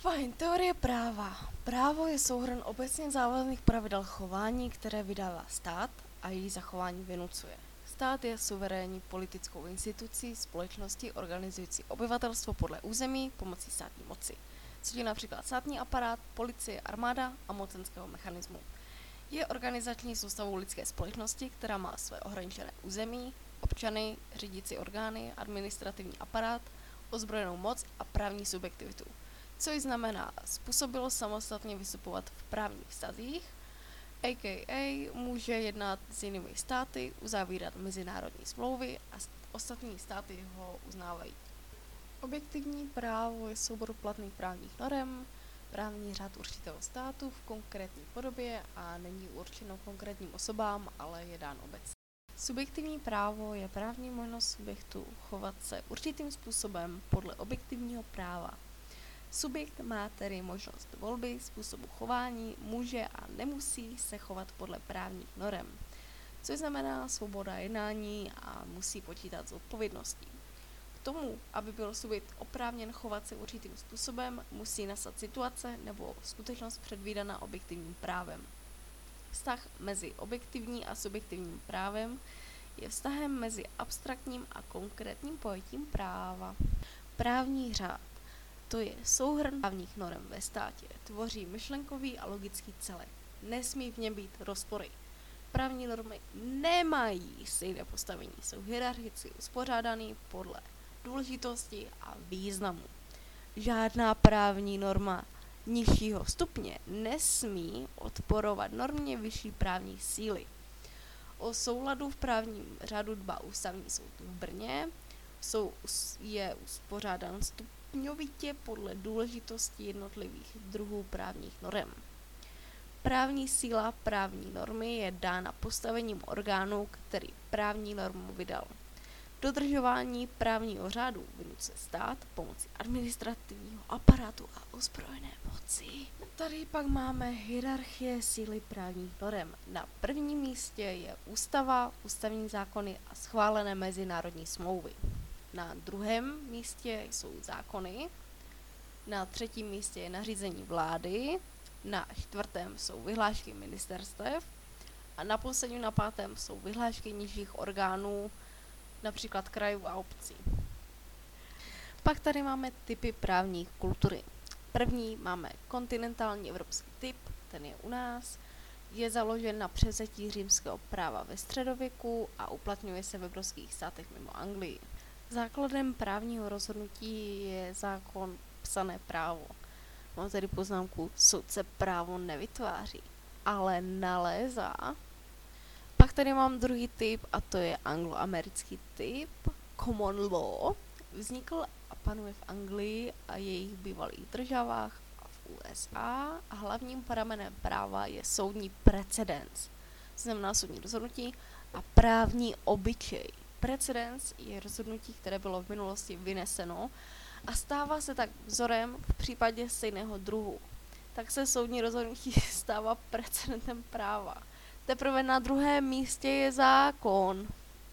Fajn, teorie práva. Právo je souhrn obecně závazných pravidel chování, které vydává stát a její zachování vynucuje. Stát je suverénní politickou institucí společnosti organizující obyvatelstvo podle území pomocí státní moci, což je například státní aparát, policie, armáda a mocenského mechanismu. Je organizační soustavou lidské společnosti, která má své ohraničené území, občany, řídící orgány, administrativní aparát, ozbrojenou moc a právní subjektivitu. Což znamená způsobilost samostatně vystupovat v právních vztazích, a.k.a. může jednat s jinými státy, uzavírat mezinárodní smlouvy a ostatní státy ho uznávají. Objektivní právo je soubor platných právních norem, právní řád určitého státu v konkrétní podobě a není určeno konkrétním osobám, ale je dán obecně. Subjektivní právo je právní možnost subjektu chovat se určitým způsobem podle objektivního práva. Subjekt má tedy možnost volby způsobu chování, může a nemusí se chovat podle právních norem, což znamená svoboda jednání a musí počítat s odpovědností. K tomu, aby byl subjekt oprávněn chovat se určitým způsobem, musí nastat situace nebo skutečnost předvídaná objektivním právem. Vztah mezi objektivní a subjektivním právem je vztahem mezi abstraktním a konkrétním pojetím práva. Právní řád. To je souhrn právních norem ve státě, tvoří myšlenkový a logický celek. Nesmí v něm být rozpory. Právní normy nemají stejné postavení, jsou hierarchicky uspořádaný podle důležitosti a významu. Žádná právní norma nižšího stupně nesmí odporovat normě vyšší právní síly. O souladu v právním řádu dbá Ústavní soud v Brně, je uspořádán stupňovitě podle důležitosti jednotlivých druhů právních norem. Právní síla právní normy je dána postavením orgánu, který právní normu vydal. Dodržování právního řádu vynucuje stát pomocí administrativního aparátu a ozbrojené moci. Tady pak máme hierarchie síly právních norem. Na prvním místě je ústava, ústavní zákony a schválené mezinárodní smlouvy. Na druhém místě jsou zákony, na třetím místě je nařízení vlády, na čtvrtém jsou vyhlášky ministerstev a na posledním, na pátém jsou vyhlášky nižších orgánů, například krajů a obcí. Pak tady máme typy právní kultury. První máme kontinentální evropský typ, ten je u nás, je založen na převzetí římského práva ve středověku a uplatňuje se v evropských státech mimo Anglii. Základem právního rozhodnutí je zákon psané právo. Mám tady poznámku, soudce právo nevytváří, ale nalézá. Pak tady mám druhý typ a to je angloamerický typ, common law. Vznikl a panuje v Anglii a jejich bývalých državách a v USA a hlavním pramenem práva je soudní precedens, to znamená soudní rozhodnutí a právní obyčej. Precedens je rozhodnutí, které bylo v minulosti vyneseno a stává se tak vzorem v případě stejného druhu. Tak se soudní rozhodnutí stává precedentem práva. Teprve na druhém místě je zákon.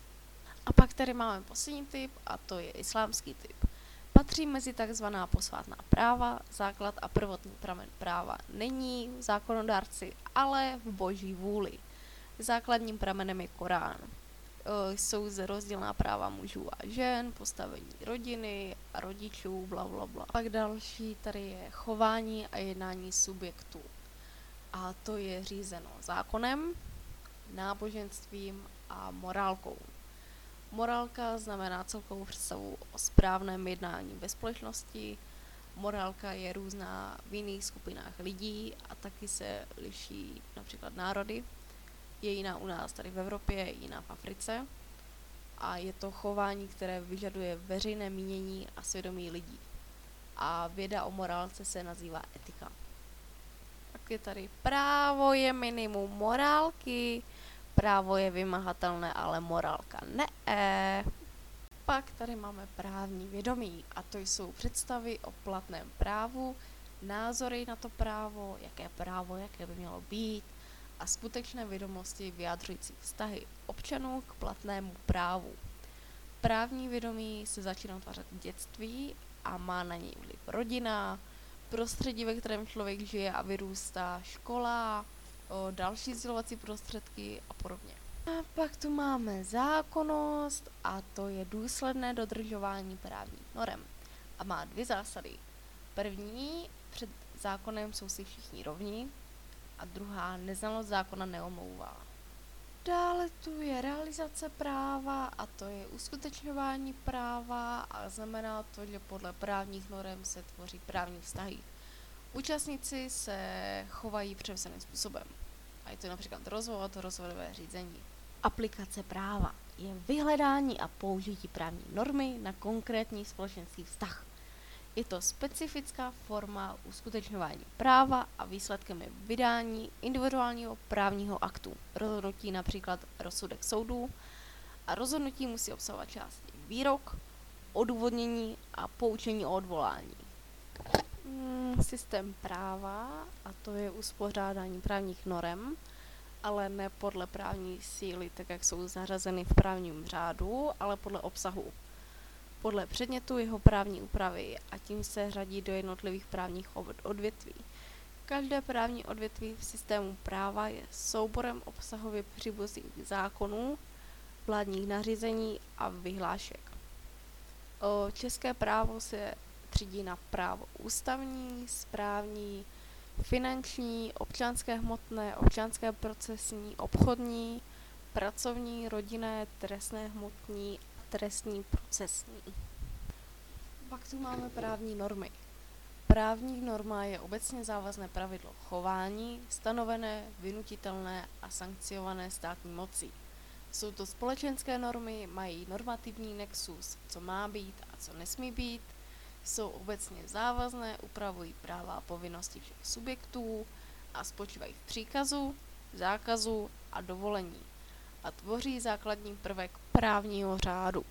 A pak tady máme poslední typ a to je islámský typ. Patří mezi takzvaná posvátná práva, základ a prvotní pramen práva není v zákonodárci, ale v boží vůli. Základním pramenem je Korán. Jsou zde rozdílná práva mužů a žen, postavení rodiny a rodičů, blablabla. Pak další tady je chování a jednání subjektů. A to je řízeno zákonem, náboženstvím a morálkou. Morálka znamená celkovou představu o správném jednání ve společnosti. Morálka je různá v jiných skupinách lidí a taky se liší například národy. Je jiná u nás tady v Evropě, jiná v Africe. A je to chování, které vyžaduje veřejné mínění a svědomí lidí. A věda o morálce se nazývá etika. Tak je tady právo je minimum morálky, právo je vymahatelné, ale morálka ne. Pak tady máme právní vědomí a to jsou představy o platném právu, názory na to právo, jaké by mělo být a skutečné vědomosti vyjadřující vztahy občanů k platnému právu. Právní vědomí se začíná utvářet v dětství a má na něj vliv rodina, prostředí, ve kterém člověk žije a vyrůstá, škola, další sdělovací prostředky a podobně. A pak tu máme zákonnost a to je důsledné dodržování právních norem. A má dvě zásady. První, před zákonem jsou si všichni rovni a druhá, neznalost zákona neomlouvá. Dále tu je realizace práva a to je uskutečňování práva a znamená to, že podle právních norem se tvoří právní vztahy. Účastníci se chovají přirozeným způsobem. A je to například rozvod, rozvodové řízení. Aplikace práva je vyhledání a použití právní normy na konkrétní společenský vztah. Je to specifická forma uskutečňování práva a výsledkem je vydání individuálního právního aktu. Rozhodnutí například rozsudek soudu a rozhodnutí musí obsahovat části výrok, odůvodnění a poučení o odvolání. Systém práva, a to je uspořádání právních norem, ale ne podle právní síly, tak jak jsou zařazeny v právním řádu, ale podle obsahu. Podle předmětu jeho právní úpravy a tím se řadí do jednotlivých právních odvětví. Každé právní odvětví v systému práva je souborem obsahově příbuzných zákonů, vládních nařízení a vyhlášek. České právo se třídí na právo ústavní, správní, finanční, občanské hmotné, občanské procesní, obchodní, pracovní, rodinné, trestné hmotní a trestní procesní. Pak tu máme právní normy. Právní norma je obecně závazné pravidlo chování, stanovené, vynutitelné a sankcionované státní mocí. Jsou to společenské normy, mají normativní nexus, co má být a co nesmí být, jsou obecně závazné, upravují práva a povinnosti všech subjektů a spočívají v příkazu, zákazu a dovolení a tvoří základní prvek právního řádu.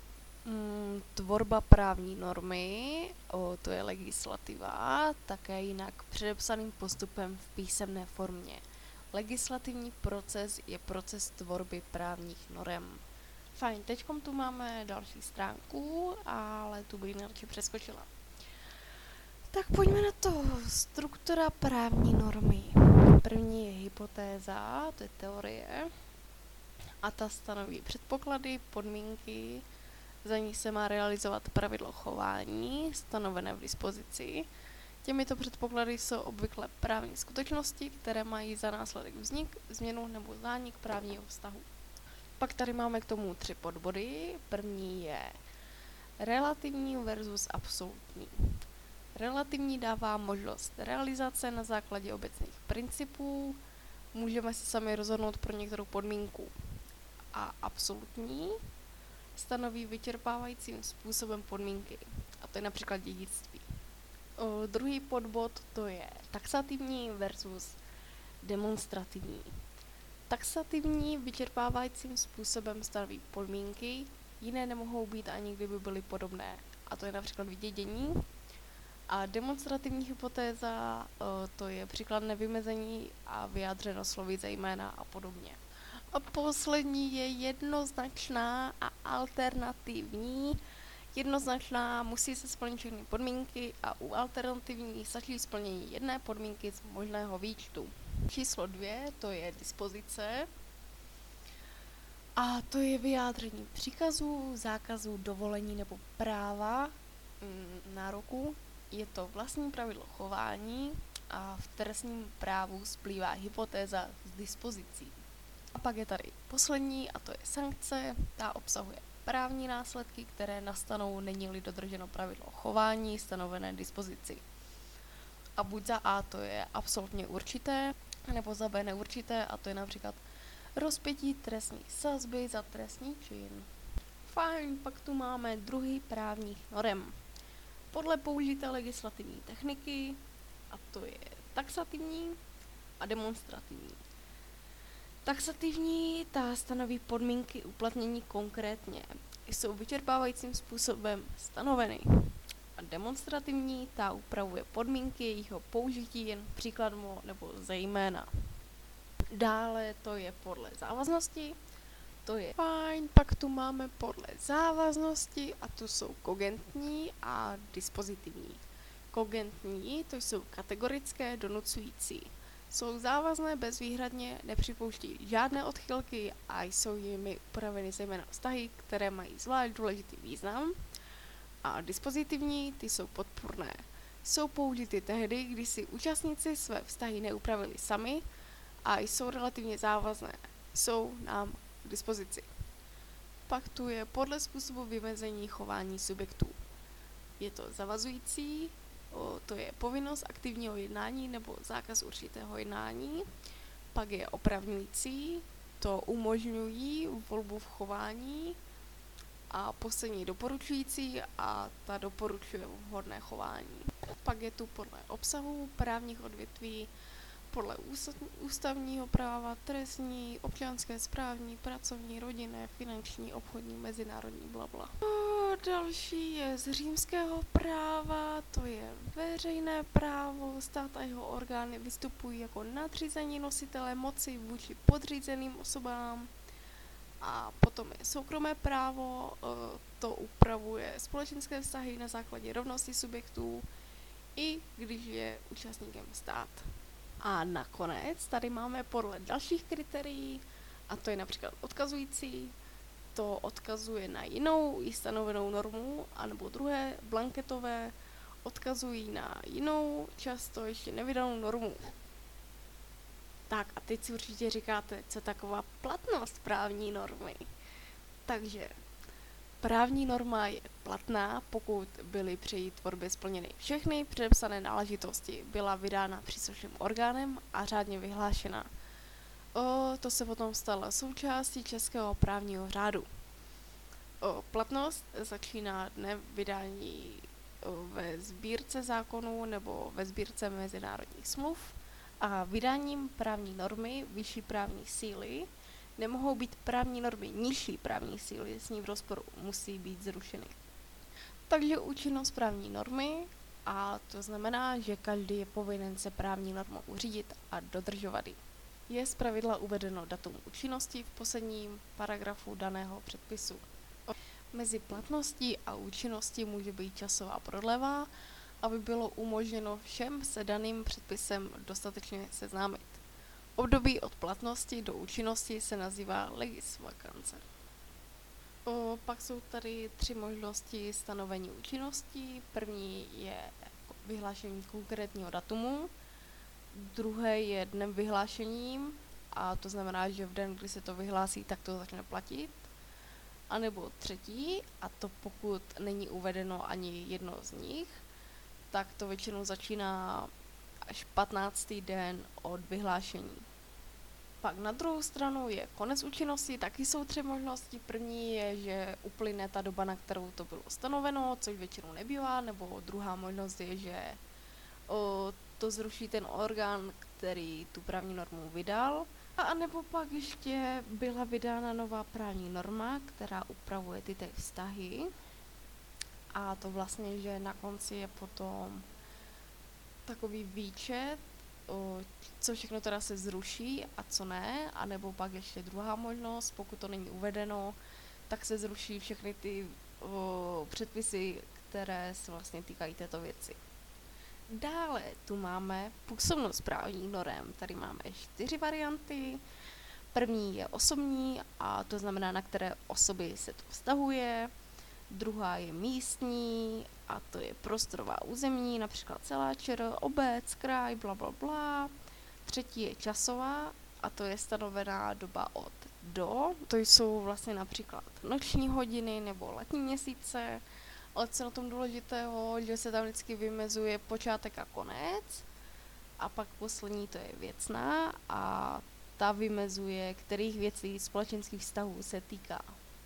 Tvorba právní normy, to je legislativa, také jinak předepsaným postupem v písemné formě. Legislativní proces je proces tvorby právních norem. Fajn, teďkom tu máme další stránku, ale tu bych nejradši přeskočila. Tak pojďme na to. Struktura právní normy. První je hypotéza, to je teorie, a ta stanoví předpoklady, podmínky, za ní se má realizovat pravidlo chování, stanovené v dispozici. Těmito předpoklady jsou obvykle právní skutečnosti, které mají za následek vznik, změnu nebo zánik právního vztahu. Pak tady máme k tomu 3 podbody. První je relativní versus absolutní. Relativní dává možnost realizace na základě obecných principů, můžeme si sami rozhodnout pro některou podmínku. A absolutní stanoví vyčerpávajícím způsobem podmínky, a to je například dědictví. Druhý podbod to je taxativní versus demonstrativní. Taxativní vyčerpávajícím způsobem stanoví podmínky, jiné nemohou být ani kdyby byly podobné, a to je například vydědění. A demonstrativní hypotéza, to je příkladné vymezení a vyjádřeno slovy zejména a podobně. A poslední je jednoznačná a alternativní. Jednoznačná musí se splnit všechny podmínky a u alternativní stačí splnění jedné podmínky z možného výčtu. Číslo 2, to je dispozice. A to je vyjádření příkazů, zákazů, dovolení nebo práva, nároku. Je to vlastní pravidlo chování a v trestním právu splývá hypotéza z dispozicí. A pak je tady poslední a to je sankce, ta obsahuje právní následky, které nastanou, není-li dodrženo pravidlo chování stanovené dispozici. A buď za A to je absolutně určité, nebo za B neurčité, a to je například rozpětí trestní sazby za trestný čin. Fajn, pak tu máme druhý právních norem. Podle použité legislativní techniky, a to je taxativní a demonstrativní. Taxativní, ta stanoví podmínky uplatnění konkrétně, jsou vyčerpávajícím způsobem stanoveny. A demonstrativní, ta upravuje podmínky jejího použití jen příkladmo nebo zejména. Dále to je podle závaznosti, to je fajn, pak tu máme podle závaznosti a tu jsou kogentní a dispozitivní. Kogentní, to jsou kategorické, donucující. Jsou závazné bezvýhradně, nepřipouští žádné odchylky a jsou jimi upraveny zejména vztahy, které mají zvlášť důležitý význam. A dispozitivní, ty jsou podpůrné. Jsou použity tehdy, kdy si účastníci své vztahy neupravili sami a jsou relativně závazné. Jsou nám k dispozici. Pak tu je podle způsobu vymezení chování subjektů. Je to zavazující, to je povinnost aktivního jednání nebo zákaz určitého jednání. Pak je opravňující, to umožňují volbu v chování. A poslední doporučující a ta doporučuje vhodné chování. Pak je tu podle obsahu právních odvětví, podle ústavního práva, trestní, občanské, správní, pracovní, rodinné, finanční, obchodní, mezinárodní, blabla. Další je z římského práva, to je veřejné právo, stát a jeho orgány vystupují jako nadřízení nositelé moci vůči podřízeným osobám. A potom je soukromé právo, to upravuje společenské vztahy na základě rovnosti subjektů, i když je účastníkem stát. A nakonec tady máme podle dalších kritérií, a to je například odkazující, to odkazuje na jinou již stanovenou normu, anebo druhé, blanketové, odkazují na jinou, často ještě nevydanou normu. Tak a teď si určitě říkáte, co taková platnost právní normy. Takže právní norma je platná, pokud byly při její tvorbě splněny všechny předepsané náležitosti, byla vydána příslušným orgánem a řádně vyhlášena. To se potom stalo součástí českého právního řádu. Platnost začíná dnem vydání ve sbírce zákonů nebo ve sbírce mezinárodních smluv a vydáním právní normy vyšší právní síly nemohou být právní normy nižší právní síly, s ní v rozporu musí být zrušeny. Takže účinnost právní normy, a to znamená, že každý je povinen se právní normou řídit a dodržovat ji. Je zpravidla uvedeno datum účinnosti v posledním paragrafu daného předpisu. Mezi platností a účinností může být časová prodleva, aby bylo umožněno všem se daným předpisem dostatečně seznámit. Období od platnosti do účinnosti se nazývá legis vacance. Pak jsou tady 3 možnosti stanovení účinnosti. První je vyhlášení konkrétního datumu, druhé je dnem vyhlášením, a to znamená, že v den, kdy se to vyhlásí, tak to začne platit. A nebo třetí, a to pokud není uvedeno ani jedno z nich, tak to většinou začíná až 15. den od vyhlášení. Pak na druhou stranu je konec účinnosti, taky jsou 3 možnosti. První je, že uplyne ta doba, na kterou to bylo stanoveno, což většinou nebývá, nebo druhá možnost je, že to zruší ten orgán, který tu právní normu vydal. A nebo pak ještě byla vydána nová právní norma, která upravuje ty vztahy. A to vlastně, že na konci je potom takový výčet, co všechno teda se zruší a co ne, a nebo pak ještě druhá možnost, pokud to není uvedeno, tak se zruší všechny ty předpisy, které se vlastně týkají této věci. Dále tu máme působnost právních norem. Tady máme 4 varianty. První je osobní, a to znamená, na které osoby se to vztahuje. Druhá je místní, a to je prostorová území, například celá ČR, obec, kraj, blablabla. Třetí je časová, a to je stanovená doba od do. To jsou vlastně například noční hodiny nebo letní měsíce, ale co na tom důležitého, že se tam vždycky vymezuje počátek a konec. A pak poslední, to je věcná, a ta vymezuje, kterých věcí společenských vztahů se týká.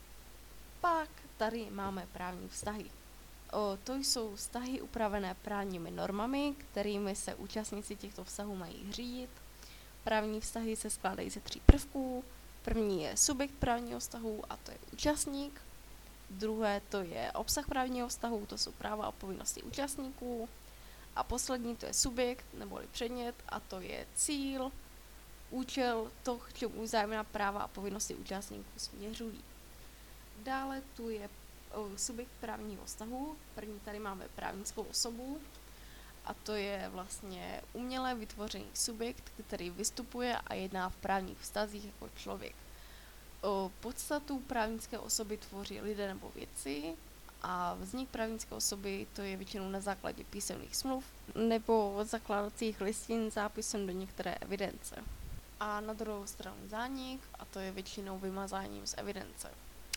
Pak tady máme právní vztahy. To jsou vztahy upravené právními normami, kterými se účastníci těchto vztahů mají řídit. Právní vztahy se skládají ze 3 prvků. První je subjekt právního vztahu, a to je účastník. Druhé to je obsah právního vztahu, to jsou práva a povinnosti účastníků. A poslední to je subjekt neboli předmět, a to je cíl, účel, to, k čemu vzájemná práva a povinnosti účastníků směřují. Dále tu je subjekt právního vztahu. První tady máme právnickou osobu, a to je vlastně uměle vytvořený subjekt, který vystupuje a jedná v právních vztazích jako člověk. Podstatu právnické osoby tvoří lidé nebo věci a vznik právnické osoby to je většinou na základě písemných smluv nebo zakládacích listin zápisem do některé evidence. A na druhou stranu zánik a to je většinou vymazáním z evidence.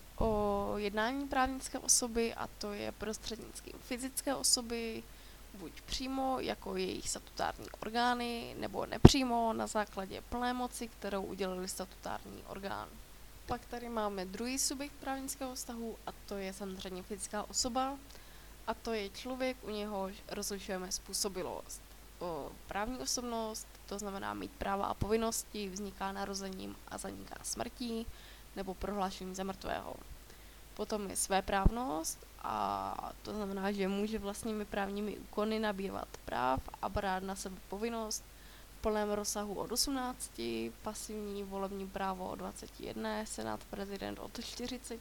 O jednání právnické osoby a to je prostřednictvím fyzické osoby, buď přímo jako jejich statutární orgány, nebo nepřímo na základě plné moci, kterou udělili statutární orgán. Pak tady máme druhý subjekt právnického vztahu a to je samozřejmě fyzická osoba a to je člověk, u něhož rozlišujeme způsobilost. Právní osobnost, to znamená mít práva a povinnosti, vzniká narozením a zaniká smrtí nebo prohlášením za mrtvého. Potom je svéprávnost a to znamená, že může vlastními právními úkony nabývat práv a brát na sebe povinnost v plném rozsahu od 18, pasivní volební právo od 21, senát prezident od 40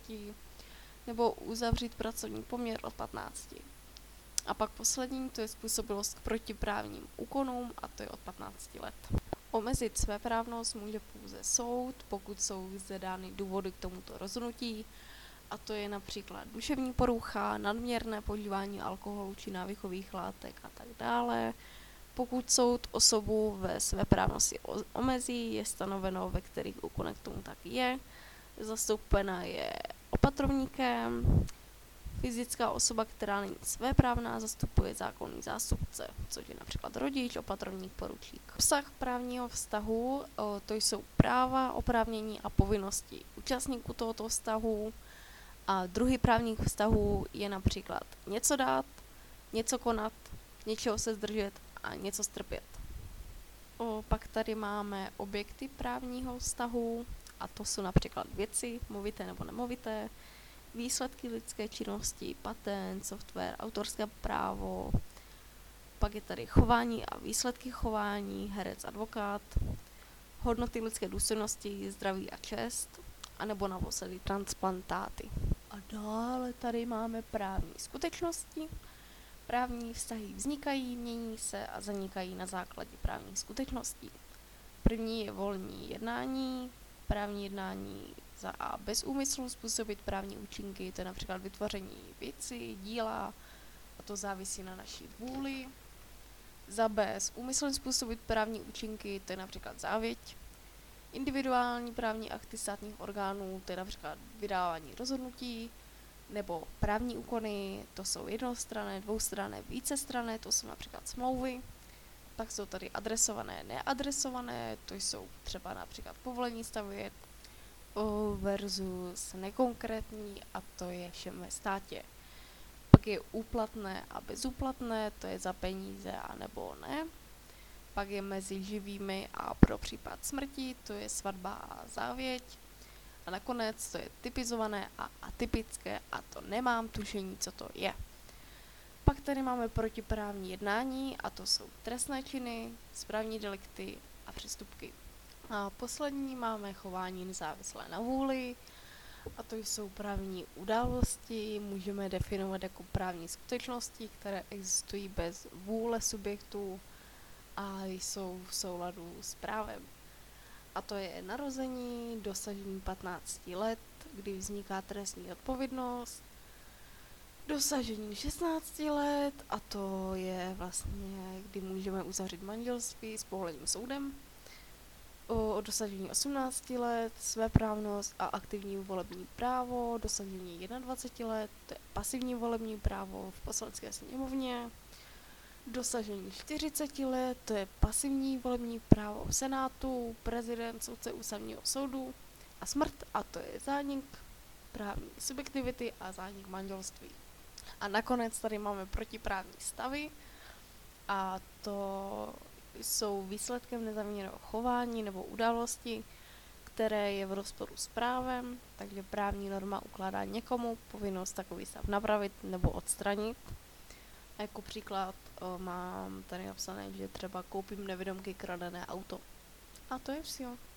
nebo uzavřít pracovní poměr od 15. A pak poslední, to je způsobilost k protiprávním úkonům a to je od 15 let. Omezit svéprávnost může pouze soud, pokud jsou zde dány důvody k tomuto rozhodnutí, a to je například duševní porucha, nadměrné požívání alkoholu či návykových látek a tak dále. Pokud soud osobu ve svéprávnosti omezí, je stanoveno, ve kterých úkonech tomu tak je. Zastoupena je opatrovníkem. Fyzická osoba, která není svéprávná, zastupuje zákonný zástupce, což je například rodič, opatrovník, poručík. Obsah právního vztahu, to jsou práva, oprávnění a povinnosti účastníků tohoto vztahu. A druhý právních vztahů je například něco dát, něco konat, něčeho se zdržet a něco strpět. Pak tady máme objekty právního vztahu a to jsou například věci, movité nebo nemovité, výsledky lidské činnosti, patent, software, autorské právo, pak je tady chování a výsledky chování, herec, advokát, hodnoty lidské důstojnosti, zdraví a čest, anebo naposledy transplantáty. A dále tady máme právní skutečnosti. Právní vztahy vznikají, mění se a zanikají na základě právních skutečností. První je volní jednání. Právní jednání za A bez úmyslu způsobit právní účinky, to je například vytvoření věci, díla, a to závisí na naší vůli. Za B s úmyslem způsobit právní účinky, to je například závěť. Individuální právní akty státních orgánů, to je například vydávání rozhodnutí, nebo právní úkony, to jsou jednostranné, dvoustranné, vícestranné, to jsou například smlouvy. Pak jsou tady adresované, neadresované, to jsou třeba například povolení stavět versus nekonkrétní a to je všem ve státě. Pak je úplatné a bezúplatné, to je za peníze a nebo ne. Pak je mezi živými a pro případ smrti, to je svatba a závěť. A nakonec to je typizované a atypické a to nemám tušení, co to je. Pak tady máme protiprávní jednání a to jsou trestné činy, správní delikty a přestupky. A poslední máme chování nezávislé na vůli a to jsou právní události, můžeme definovat jako právní skutečnosti, které existují bez vůle subjektů a jsou v souladu s právem. A to je narození, dosažení 15 let, kdy vzniká trestní odpovědnost, dosažení 16 let, a to je vlastně, kdy můžeme uzavřít manželství s povolením soudem, o dosažení 18 let, svéprávnost a aktivní volební právo, dosažení 21 let, to je pasivní volební právo v Poslanecké sněmovně, dosažení 40 let, to je pasivní volební právo v Senátu, prezident, soudce ústavního soudu a smrt, a to je zánik právní subjektivity a zánik manželství. A nakonec tady máme protiprávní stavy a to jsou výsledkem nezaviněného chování nebo události, které je v rozporu s právem, takže právní norma ukládá někomu povinnost takový stav napravit nebo odstranit. A jako příklad mám tady napsané, že třeba koupím nevědomky kradené auto. A to je všechno.